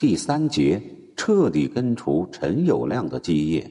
第3节，彻底根除陈友谅的基业。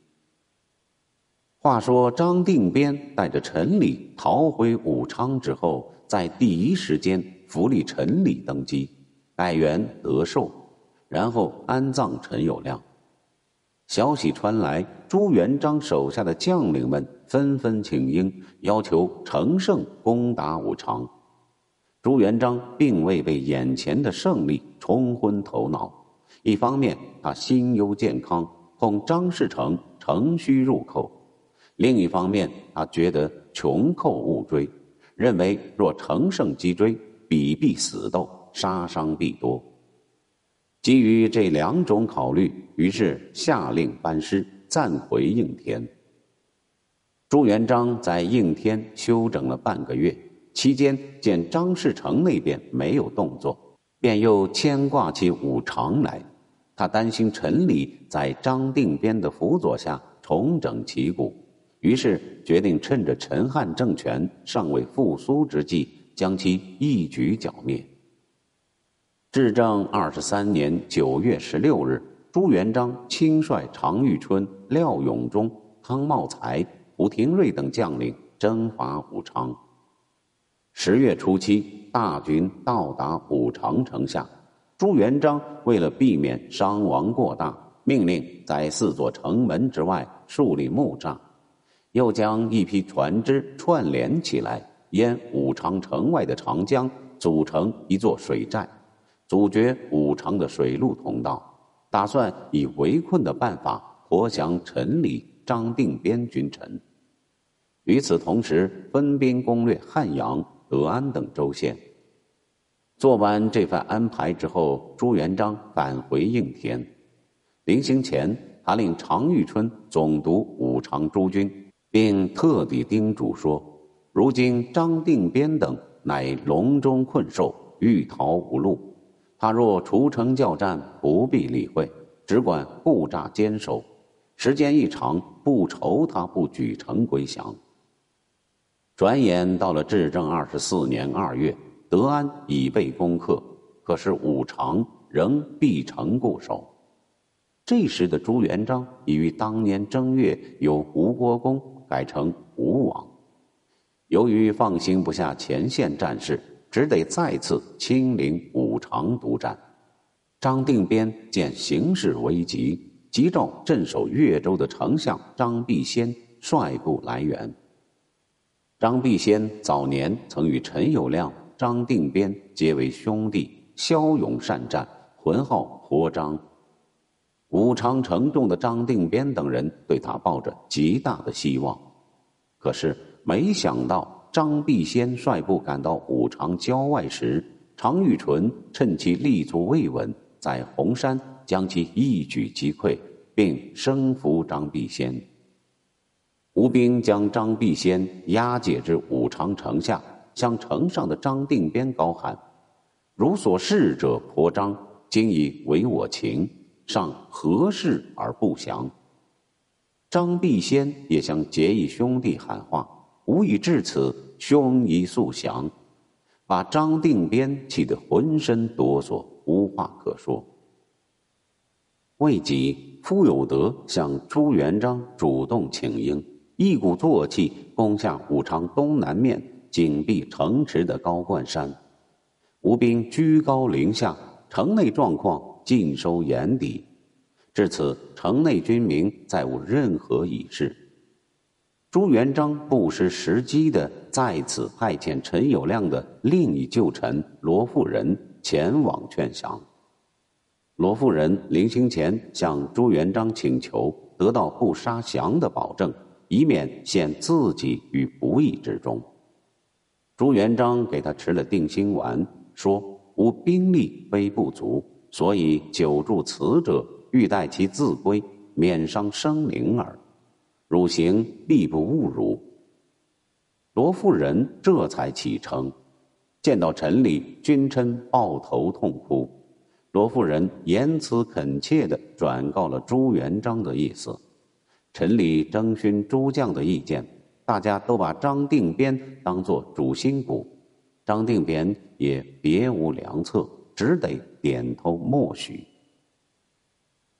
话说张定边带着陈理逃回武昌之后，在第一时间扶立陈理登基，改元德寿，然后安葬陈友谅。消息传来，朱元璋手下的将领们纷纷请缨，要求乘胜攻打武昌。朱元璋并未被眼前的胜利冲昏头脑，一方面他心忧健康，恐张士诚乘虚入寇；另一方面他觉得穷寇勿追，认为若乘胜击追，彼必死斗，杀伤必多。基于这2种考虑，于是下令班师暂回应天。朱元璋在应天休整了半个月，期间见张士诚那边没有动作，便又牵挂起武昌来。他担心陈理在张定边的辅佐下重整旗鼓，于是决定趁着陈汉政权尚未复苏之际，将其一举剿灭。至正23年9月16日，朱元璋亲率常遇春、廖永忠、汤茂才、胡廷瑞等将领征伐武昌。10月初七，大军到达武昌城下。朱元璋为了避免伤亡过大，命令在4座城门之外树立木栅，又将一批船只串联起来，沿武昌城外的长江组成一座水寨，阻绝武昌的水陆通道，打算以围困的办法活降陈理、张定边君臣。与此同时，分兵攻略汉阳、德安等州县。做完这番安排之后，朱元璋返回应天。临行前，他令常遇春总督武昌诸军，并特地叮嘱说：如今张定边等乃笼中困兽，欲逃无路，他若除城叫战，不必理会，只管布栅坚守，时间一长，不愁他不举城归降。转眼到了至正24年2月，德安已被攻克，可是武昌仍闭城固守。这时的朱元璋已于当年正月由吴国公改成吴王。由于放心不下前线战事，只得再次亲临武昌督战。张定边见形势危急，急召镇守越州的丞相张必先率部来援。张必先早年曾与陈友谅、张定边结为兄弟，骁勇善战，浑号活张。武昌城中的张定边等人对他抱着极大的希望，可是没想到张必先率部赶到武昌郊外时，常遇春趁其立足未稳，在洪山将其一举击溃，并生俘张必先。吴兵将张必先押解至武昌城下，向城上的张定边高喊：如所示者颇张，今以为我情，尚何事而不降？张必先也向结义兄弟喊话，无以至此，兄宜速降，把张定边气得浑身哆嗦，无话可说。未几，傅有德向朱元璋主动请缨，一鼓作气攻下武昌东南面紧闭城池的高冠山。吴兵居高临下，城内状况尽收眼底，至此城内军民再无任何疑事。朱元璋不失时机地再次派遣陈友谅的另一旧臣罗富仁前往劝降。罗富仁临行前向朱元璋请求得到不杀降的保证，以免陷自己于不义之中。朱元璋给他吃了定心丸，说吾兵力非不足，所以久住此者，欲待其自归，免伤生灵耳。汝行必不误汝。罗富仁这才启程，见到陈理，君臣抱头痛哭。罗富仁言辞恳切地转告了朱元璋的意思。陈理征询诸将的意见，大家都把张定边当作主心骨，张定边也别无良策，只得点头默许。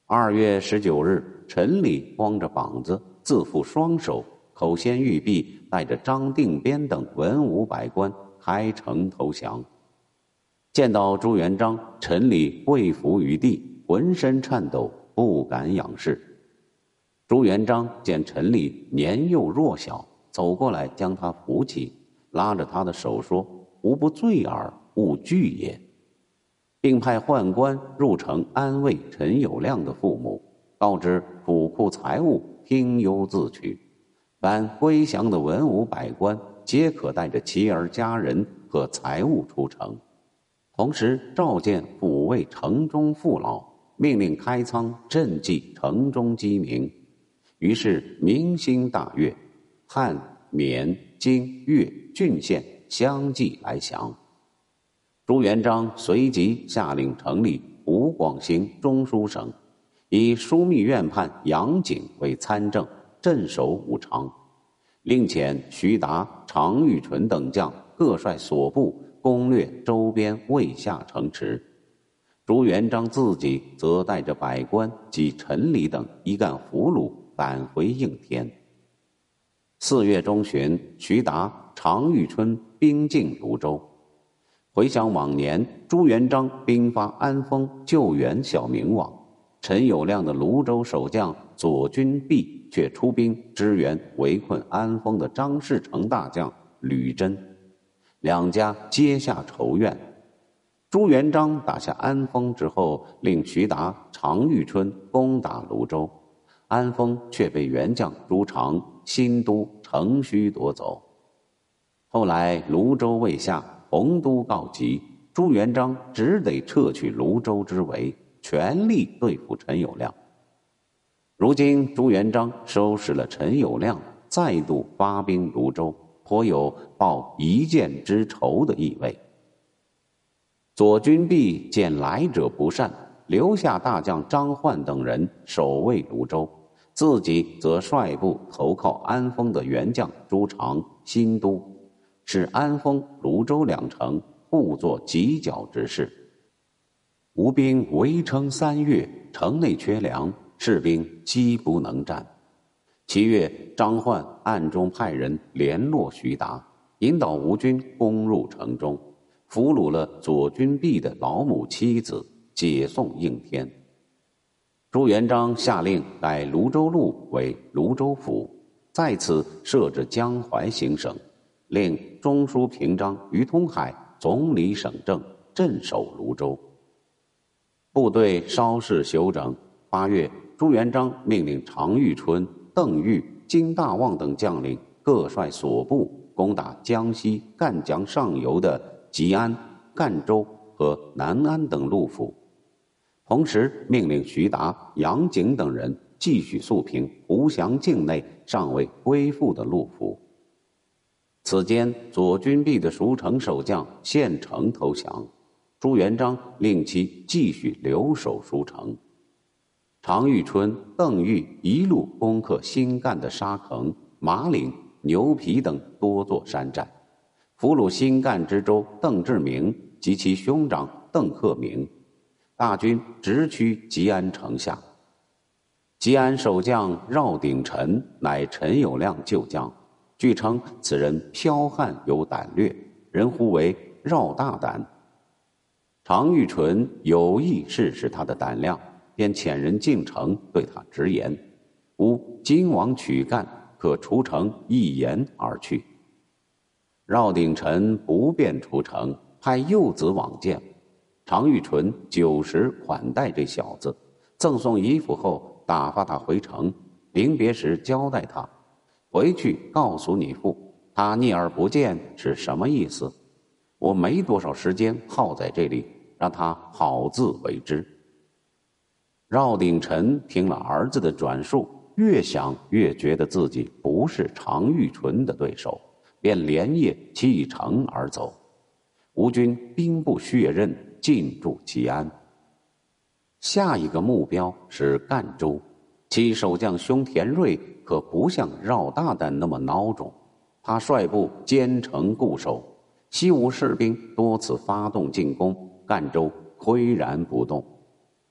2月19日，陈李光着膀子，自负双手，口衔玉璧，带着张定边等文武百官开城投降。见到朱元璋，陈李跪伏于地，浑身颤抖，不敢仰视。朱元璋见陈李年幼弱小，走过来将他扶起，拉着他的手说：“吾不罪耳，勿惧也。”并派宦官入城安慰陈友谅的父母，告知府库财物听优自取，凡归降的文武百官皆可带着妻儿家人和财物出城。同时召见抚慰城中父老，命令开仓赈济城中饥民。于是民心大悦，汉、缅、京、粤郡县相继来降。朱元璋随即下令成立湖广行中书省，以枢密院判杨景为参政，镇守武昌，另遣徐达、常遇淳等将各率所部攻略周边渭下城池。朱元璋自己则带着百官及陈李等一干俘虏返回应天。4月中旬，徐达、常遇春兵进泸州。回想往年，朱元璋兵发安丰救援小明王，陈友谅的泸州守将左军弼却出兵支援围困安丰的张士诚大将吕真，两家结下仇怨。朱元璋打下安丰之后，令徐达、常遇春攻打泸州，安丰却被元将朱常、新都、程须夺走。后来泸州未下，洪都告急，朱元璋只得撤去泸州之围，全力对付陈友谅。如今朱元璋收拾了陈友谅，再度发兵泸州，颇有报一箭之仇的意味。左军弼见来者不善，留下大将张焕等人守卫泸州，自己则率部投靠安丰的元将朱常、新都，使安丰、泸州两城互作犄角之势。吴兵围城3月，城内缺粮，士兵饥不能战。7月，张焕暗中派人联络徐达，引导吴军攻入城中，俘虏了左军弼的老母妻子，解送应天。朱元璋下令改泸州路为泸州府，在此设置江淮行省，令中书平章于通海总理省政，镇守泸州。部队稍事休整。8月，朱元璋命令常遇春、邓愈、金大旺等将领各率所部攻打江西赣江上游的吉安、赣州和南安等路府，同时命令徐达、杨景等人继续肃平湖翔境内尚未归附的路府。此间，左军弼的熟城守将献城投降，朱元璋令其继续留守书城。常遇春、邓愈一路攻克新赣的沙坑、马岭、牛皮等多座山寨，俘虏新赣知州邓志明及其兄长邓克明，大军直趋吉安城下。吉安守将饶鼎臣乃陈友谅旧将，据称此人剽悍有胆略，人呼为饶大胆。常遇春有意试试他的胆量，便遣人进城对他直言：“吾今往取赣，可除城一言而去。”饶鼎臣不便出城，派幼子往见。常遇春酒食款待这小子，赠送衣服后打发他回城，临别时交代他：“回去告诉你父，他逆而不见是什么意思？我没多少时间耗在这里，让他好自为之。”饶鼎臣听了儿子的转述，越想越觉得自己不是常遇春的对手，便连夜弃城而走。吴军兵不血刃，进驻吉安。下一个目标是赣州，其守将兄田瑞可不像饶大胆那么孬种，他率部坚城固守，西吴士兵多次发动进攻，赣州岿然不动。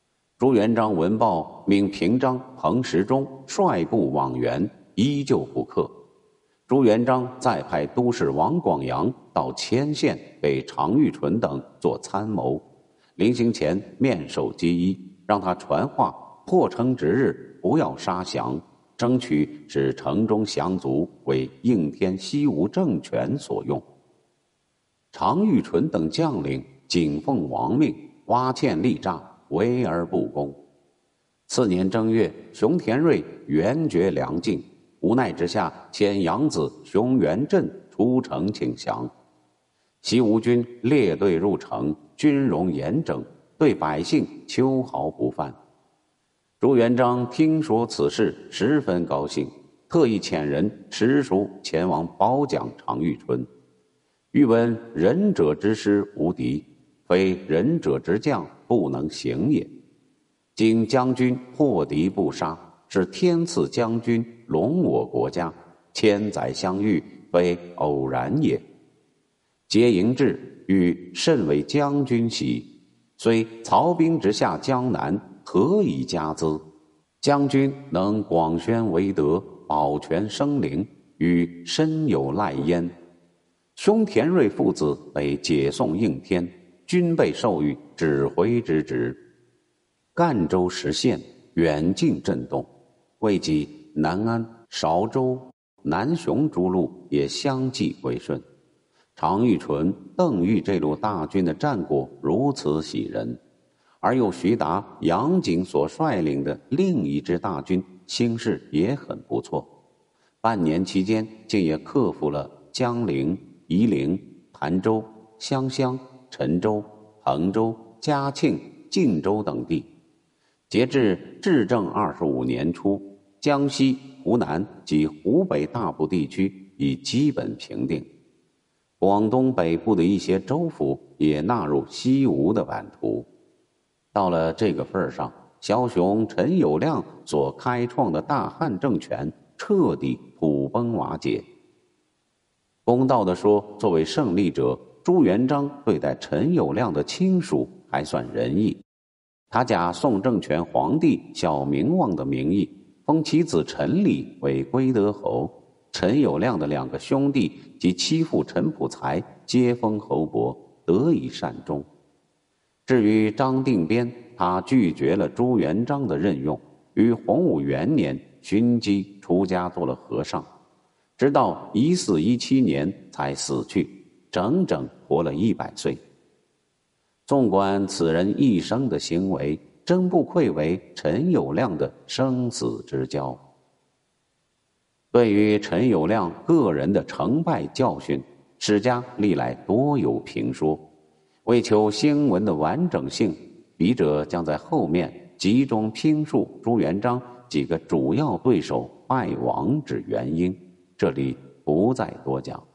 朱元璋闻报，命平章彭时中率部往援，依旧不克。朱元璋再派都使王广阳到黔县给常遇淳等做参谋，临行前面授机宜，让他传话破城之日不要杀降，争取使城中降卒为应天西吴政权所用。常遇淳等将领谨奉王命，挖堑立栅，围而不攻。次年正月，熊田瑞援绝梁境，无奈之下遣养子熊元振出城请降。西吴军列队入城，军容严整，对百姓秋毫不犯。朱元璋听说此事，十分高兴，特意遣人持书前往褒奖常遇淳。欲闻仁者之师无敌，非仁者之将不能行也。今将军破敌不杀，是天赐将军隆我国家，千载相遇，非偶然也。皆营至，欲甚为将军喜，虽曹兵直下江南，何以加资？将军能广宣威德，保全生灵，与深有赖焉。兄田瑞父子被解送应天，均被授予指挥之职。赣州实县远近震动，未及南安、韶州、南雄诸路也相继归顺。常遇淳、邓愈这路大军的战果如此喜人，而又徐达、杨景所率领的另一支大军形势也很不错，半年期间竟也克服了江陵、夷陵、潭州、湘乡、陈州、衡州、嘉庆、晋州等地。截至至正25年初，江西、湖南及湖北大部地区已基本平定，广东北部的一些州府也纳入西吴的版图。到了这个份上，枭雄陈友谅所开创的大汉政权彻底土崩瓦解。公道地说，作为胜利者，朱元璋对待陈友谅的亲属还算仁义。他假宋政权皇帝小明王的名义，封其子陈礼为归德侯，陈友谅的两个兄弟及妻父陈普才皆封侯伯，得以善终。至于张定边，他拒绝了朱元璋的任用，于洪武元年寻机出家做了和尚，直到1417年才死去，整整活了100岁。纵观此人一生的行为，真不愧为陈友谅的生死之交。对于陈友谅个人的成败教训，史家历来多有评说。为求新闻的完整性，笔者将在后面集中评述朱元璋几个主要对手败亡之原因，这里不再多讲。